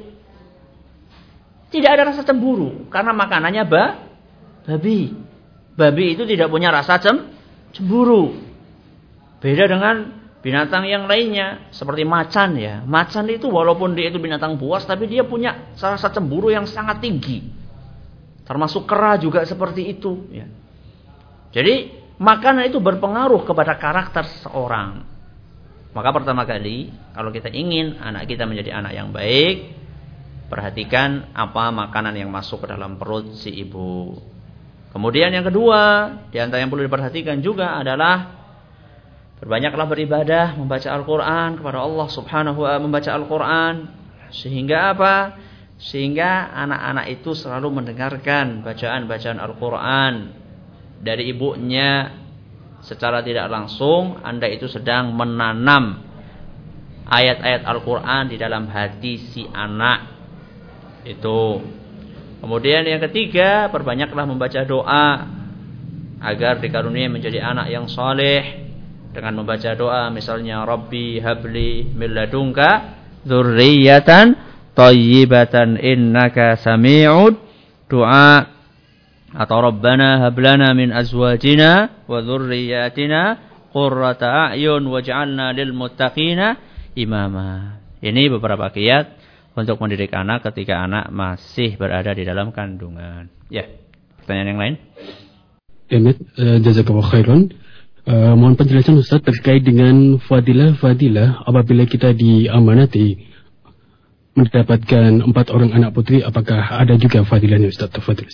Tidak ada rasa cemburu karena makanannya ba, babi. Babi itu tidak punya rasa cem, cemburu. Beda dengan binatang yang lainnya seperti macan ya. Macan itu walaupun dia itu binatang buas tapi dia punya rasa cemburu yang sangat tinggi. Termasuk kera juga seperti itu ya. Jadi makanan itu berpengaruh kepada karakter seseorang. Maka pertama kali, kalau kita ingin anak kita menjadi anak yang baik, perhatikan apa makanan yang masuk ke dalam perut si ibu. Kemudian yang kedua, di antara yang perlu diperhatikan juga adalah berbanyaklah beribadah, membaca Al-Quran kepada Allah Subhanahu wa taala, membaca Al-Quran. Sehingga apa? Sehingga anak-anak itu selalu mendengarkan bacaan-bacaan Al-Quran dari ibunya. Secara tidak langsung Anda itu sedang menanam ayat-ayat Al-Quran di dalam hati si anak itu. Kemudian yang ketiga, perbanyaklah membaca doa agar dikaruniai menjadi anak yang saleh dengan membaca doa misalnya Rabbi habli min ladunka dzurriyyatan thayyibatan innaka sami'ud du'a, atau Rabbana hablana min azwajina wa dzurriyyatina qurrata a'yun waj'alna lil muttaqina imama. Ini beberapa kiat untuk mendidik anak ketika anak masih berada di dalam kandungan. Ya, pertanyaan yang lain? Emet, uh, jazakallahu khairan. Uh, mohon penjelasan Ustaz terkait dengan fadilah-fadilah apabila kita diamanati mendapatkan empat orang anak putri, apakah ada juga fadilahnya Ustaz? Tafadhol.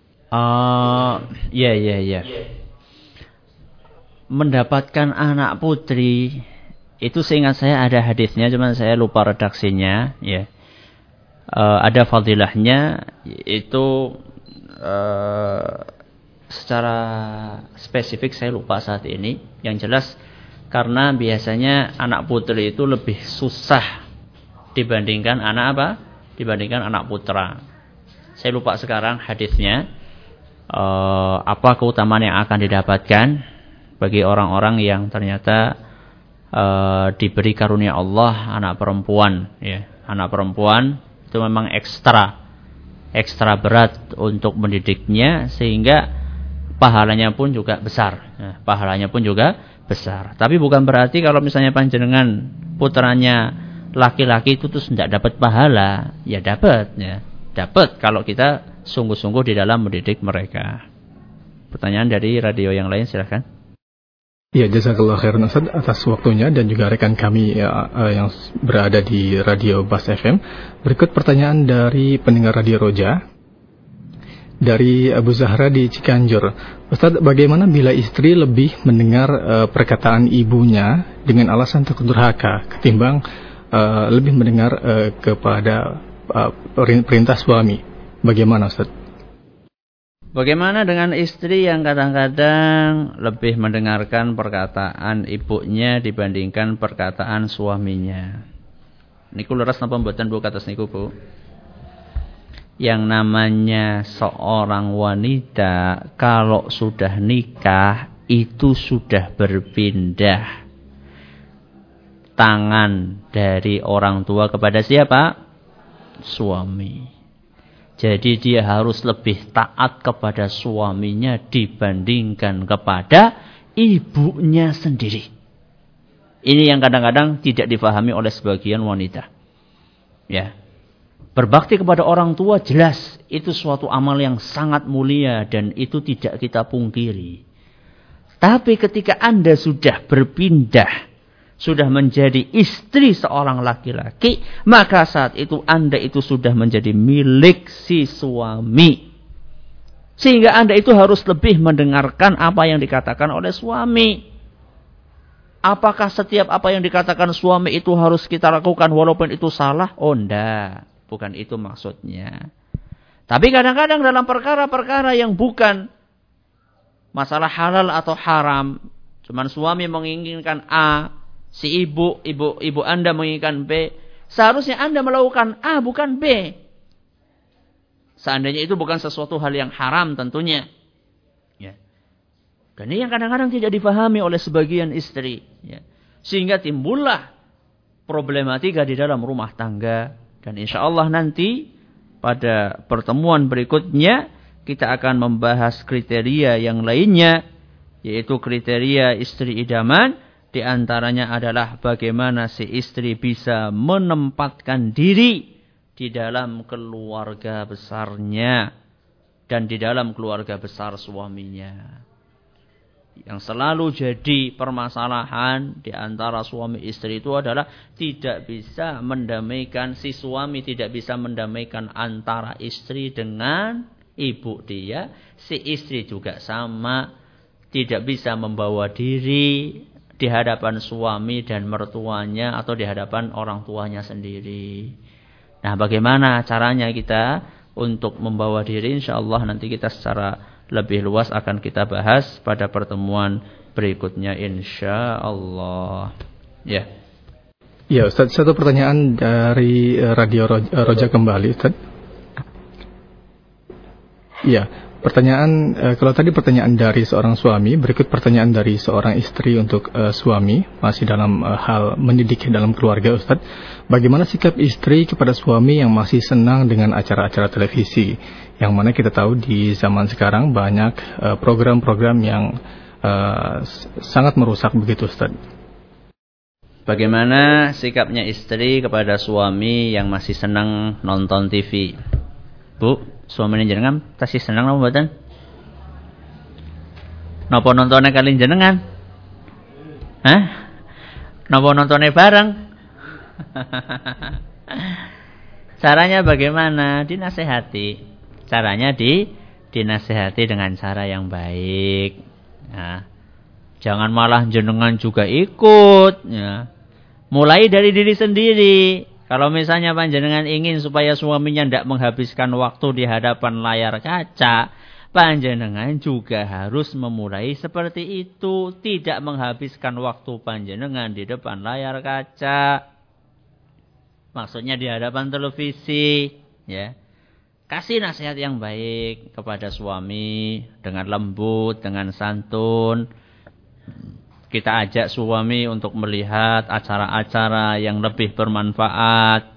Uh, ya, ya, ya. Mendapatkan anak putri itu seingat saya ada hadisnya, cuman saya lupa redaksinya. Ya, uh, ada fadilahnya itu uh, secara spesifik saya lupa saat ini. Yang jelas karena biasanya anak putri itu lebih susah dibandingkan anak apa? Dibandingkan anak putra. Saya lupa sekarang hadisnya. Uh, apa keutamaan yang akan didapatkan bagi orang-orang yang ternyata uh, diberi karunia Allah anak perempuan ya. Anak perempuan itu memang ekstra ekstra berat untuk mendidiknya sehingga pahalanya pun juga besar ya, pahalanya pun juga besar. Tapi bukan berarti kalau misalnya panjenengan putranya laki-laki itu terus tidak dapat pahala. Ya dapat ya. Dapat kalau kita sungguh-sungguh di dalam mendidik mereka. Pertanyaan dari radio yang lain, silakan. Ya, jazakallahu khairan Ustaz atas waktunya dan juga rekan kami ya, yang berada di Radio Bas F M. Berikut pertanyaan dari pendengar Radio Roja dari Abu Zahra di Cikanjur. Ustaz, bagaimana bila istri lebih mendengar uh, perkataan ibunya dengan alasan takut durhaka ketimbang uh, lebih mendengar uh, kepada uh, perintah suami? Bagaimana Ustaz? Bagaimana dengan istri yang kadang-kadang lebih mendengarkan perkataan ibunya dibandingkan perkataan suaminya? Niku leres napa mboten Bu kados niku Bu? Yang namanya seorang wanita kalau sudah nikah itu sudah berpindah tangan dari orang tua kepada siapa? Suami. Jadi dia harus lebih taat kepada suaminya dibandingkan kepada ibunya sendiri. Ini yang kadang-kadang tidak difahami oleh sebagian wanita. Ya. Berbakti kepada orang tua jelas itu suatu amal yang sangat mulia dan itu tidak kita pungkiri. Tapi ketika Anda sudah berpindah, sudah menjadi istri seorang laki-laki, maka saat itu Anda itu sudah menjadi milik si suami. Sehingga Anda itu harus lebih mendengarkan apa yang dikatakan oleh suami. Apakah setiap apa yang dikatakan suami itu harus kita lakukan walaupun itu salah? Oh enggak, bukan itu maksudnya. Tapi kadang-kadang dalam perkara-perkara yang bukan masalah halal atau haram, cuman suami menginginkan A, Si ibu, ibu, ibu Anda menginginkan B, seharusnya Anda melakukan A bukan B. Seandainya itu bukan sesuatu hal yang haram tentunya. Ya. Dan ini yang kadang-kadang tidak dipahami oleh sebagian istri. Ya. Sehingga timbullah problematika di dalam rumah tangga. Dan insya Allah nanti pada pertemuan berikutnya kita akan membahas kriteria yang lainnya, yaitu kriteria istri idaman. Di antaranya adalah bagaimana si istri bisa menempatkan diri di dalam keluarga besarnya dan di dalam keluarga besar suaminya. Yang selalu jadi permasalahan di antara suami istri itu adalah tidak bisa mendamaikan, si suami tidak bisa mendamaikan antara istri dengan ibu dia. Si istri juga sama, tidak bisa membawa diri di hadapan suami dan mertuanya atau di hadapan orang tuanya sendiri. Nah, bagaimana caranya kita untuk membawa diri? Insya Allah nanti kita secara lebih luas akan kita bahas pada pertemuan berikutnya insya Allah. Ya. Ya, Ustaz, satu pertanyaan dari Radio Roja kembali, Ustaz. Ya, pertanyaan kalau tadi pertanyaan dari seorang suami, berikut pertanyaan dari seorang istri untuk uh, suami, masih dalam uh, hal mendidik dalam keluarga, Ustaz. Bagaimana sikap istri kepada suami yang masih senang dengan acara-acara televisi? Yang mana kita tahu di zaman sekarang banyak uh, program-program yang uh, sangat merusak begitu, Ustaz. Bagaimana sikapnya istri kepada suami yang masih senang nonton T V? Bu, suami jenengan tasih senang napa mboten? Napa nontone kali jenengan? Hah? Napa nontone bareng? Caranya bagaimana? Dinasehati. Caranya di dinasehati dengan cara yang baik. Nah, jangan malah jenengan juga ikut. Ya. Mulai dari diri sendiri. Kalau misalnya panjenengan ingin supaya suaminya tidak menghabiskan waktu di hadapan layar kaca, panjenengan juga harus memulai seperti itu. Tidak menghabiskan waktu panjenengan di depan layar kaca. Maksudnya di hadapan televisi. Ya. Kasih nasihat yang baik kepada suami dengan lembut, dengan santun. Kita ajak suami untuk melihat acara-acara yang lebih bermanfaat.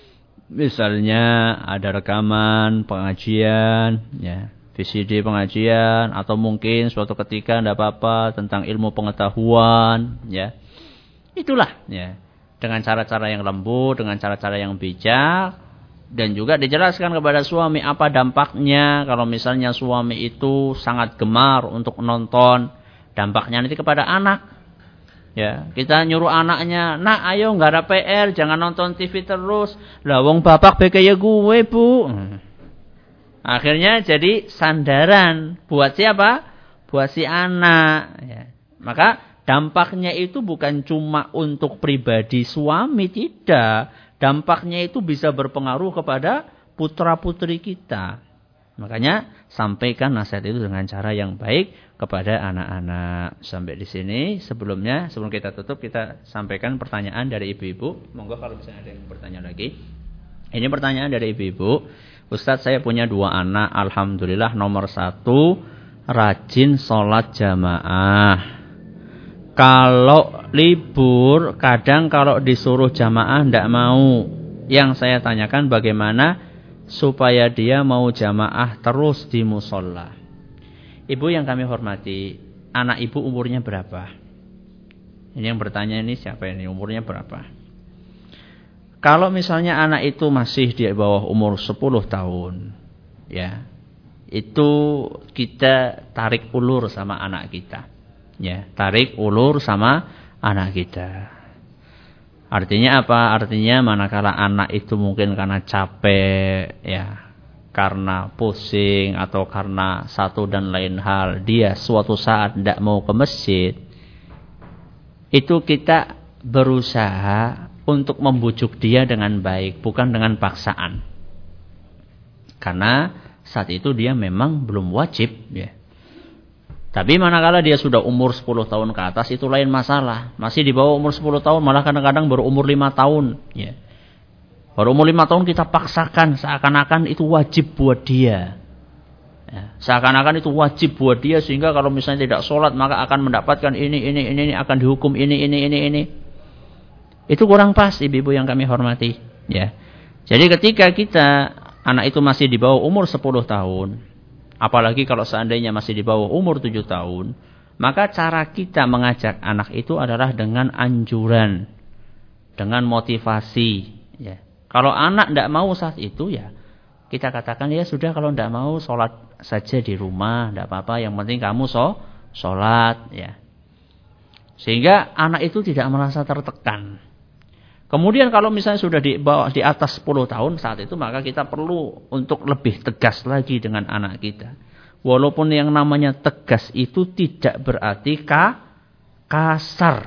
Misalnya ada rekaman pengajian, ya, V C D pengajian, atau mungkin suatu ketika tidak apa-apa tentang ilmu pengetahuan, ya. Itulah, ya, dengan cara-cara yang lembut, dengan cara-cara yang bijak. Dan juga dijelaskan kepada suami apa dampaknya kalau misalnya suami itu sangat gemar untuk menonton, dampaknya nanti kepada anak. Ya, kita nyuruh anaknya, "Nak, ayo enggak ada P R, jangan nonton T V terus." Lah wong bapak be kaya gue, Bu. Akhirnya jadi sandaran buat siapa? Buat si anak, ya. Maka dampaknya itu bukan cuma untuk pribadi suami, tidak. Dampaknya itu bisa berpengaruh kepada putra-putri kita. Makanya sampaikan nasihat itu dengan cara yang baik kepada anak-anak. Sampai di sini sebelumnya, sebelum kita tutup, kita sampaikan pertanyaan dari ibu-ibu. Monggo kalau misalnya ada yang bertanya lagi. Ini pertanyaan dari ibu-ibu. Ustadz, saya punya dua anak. Alhamdulillah, nomor satu rajin sholat jamaah. Kalau libur, kadang kalau disuruh jamaah tidak mau. Yang saya tanyakan bagaimana supaya dia mau jamaah terus di musola. Ibu yang kami hormati, anak ibu umurnya berapa? Ini yang bertanya ini siapa ini? Umurnya berapa? Kalau misalnya anak itu masih di bawah umur sepuluh tahun, ya, itu kita tarik ulur sama anak kita. Ya, tarik ulur sama anak kita. Artinya apa? Artinya manakala anak itu mungkin karena capek, ya, karena pusing atau karena satu dan lain hal, dia suatu saat tidak mau ke masjid, itu kita berusaha untuk membujuk dia dengan baik, bukan dengan paksaan. Karena saat itu dia memang belum wajib, ya. Tapi manakala dia sudah umur sepuluh tahun ke atas itu lain masalah. Masih di bawah umur sepuluh tahun, malah kadang-kadang baru umur lima tahun. Ya. Baru umur lima tahun kita paksakan seakan-akan itu wajib buat dia. Ya. Seakan-akan itu wajib buat dia sehingga kalau misalnya tidak sholat maka akan mendapatkan ini, ini, ini, ini akan dihukum ini, ini, ini, ini. Itu kurang pas ibu-ibu yang kami hormati. Ya. Jadi ketika kita, anak itu masih di bawah umur sepuluh tahun. Apalagi kalau seandainya masih di bawah umur tujuh tahun. Maka cara kita mengajak anak itu adalah dengan anjuran. Dengan motivasi. Ya. Kalau anak tidak mau saat itu ya. Kita katakan ya sudah kalau tidak mau sholat saja di rumah. Tidak apa-apa yang penting kamu so, sholat. Ya. Sehingga anak itu tidak merasa tertekan. Kemudian kalau misalnya sudah di bawah di atas sepuluh tahun saat itu maka kita perlu untuk lebih tegas lagi dengan anak kita. Walaupun yang namanya tegas itu tidak berarti ka, kasar.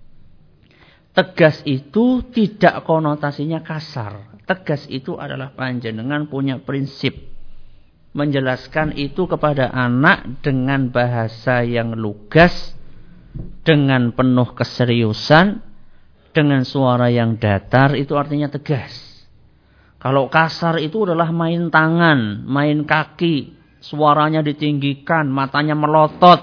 Tegas itu tidak konotasinya kasar. Tegas itu adalah panjenengan punya prinsip. Menjelaskan itu kepada anak dengan bahasa yang lugas, dengan penuh keseriusan, dengan suara yang datar, itu artinya tegas. Kalau kasar itu adalah main tangan, main kaki, suaranya ditinggikan, matanya melotot.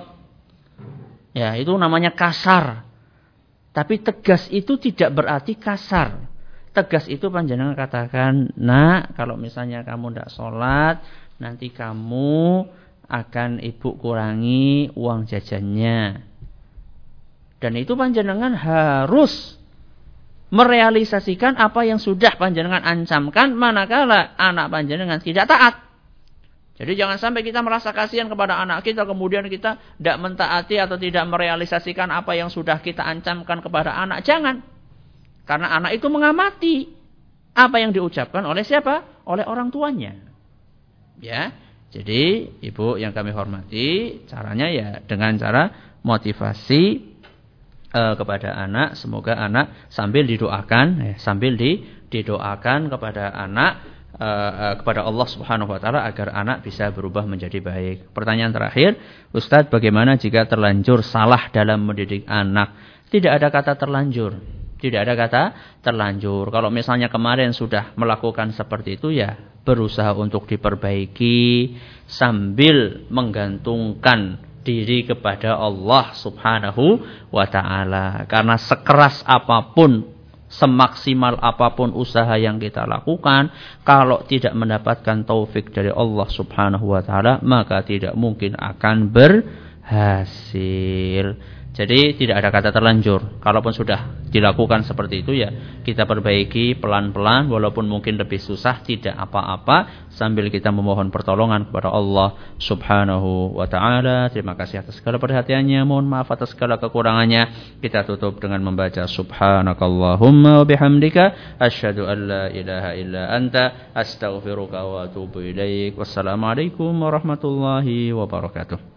Ya, itu namanya kasar. Tapi tegas itu tidak berarti kasar. Tegas itu panjenengan katakan, nak, kalau misalnya kamu tidak sholat, nanti kamu akan ibu kurangi uang jajannya. Dan itu panjenengan harus merealisasikan apa yang sudah panjenengan ancamkan manakala anak panjenengan tidak taat. Jadi jangan sampai kita merasa kasihan kepada anak kita kemudian kita tidak mentaati atau tidak merealisasikan apa yang sudah kita ancamkan kepada anak. Jangan. Karena anak itu mengamati apa yang diucapkan oleh siapa? Oleh orang tuanya. Ya. Jadi ibu yang kami hormati, caranya ya dengan cara motivasi kepada anak, semoga anak sambil didoakan, eh, sambil di, didoakan kepada anak, eh, kepada Allah Subhanahu Wa Taala agar anak bisa berubah menjadi baik. Pertanyaan terakhir, Ustadz, bagaimana jika terlanjur salah dalam mendidik anak? Tidak ada kata terlanjur, tidak ada kata terlanjur. Kalau misalnya kemarin sudah melakukan seperti itu, ya berusaha untuk diperbaiki sambil menggantungkan diri kepada Allah Subhanahu wa Ta'ala. Karena sekeras apapun, semaksimal apapun usaha yang kita lakukan, kalau tidak mendapatkan taufik dari Allah Subhanahu wa Ta'ala, maka tidak mungkin akan berhasil. Jadi tidak ada kata terlanjur. Kalaupun sudah dilakukan seperti itu, ya kita perbaiki pelan-pelan, walaupun mungkin lebih susah, tidak apa-apa, sambil kita memohon pertolongan kepada Allah Subhanahu wa Ta'ala. Terima kasih atas segala perhatiannya, mohon maaf atas segala kekurangannya. Kita tutup dengan membaca Subhanakallahumma wa bihamdika asyhadu an la ilaha illa anta astaghfiruka wa atubu ilaik. Wassalamualaikum warahmatullahi wabarakatuh.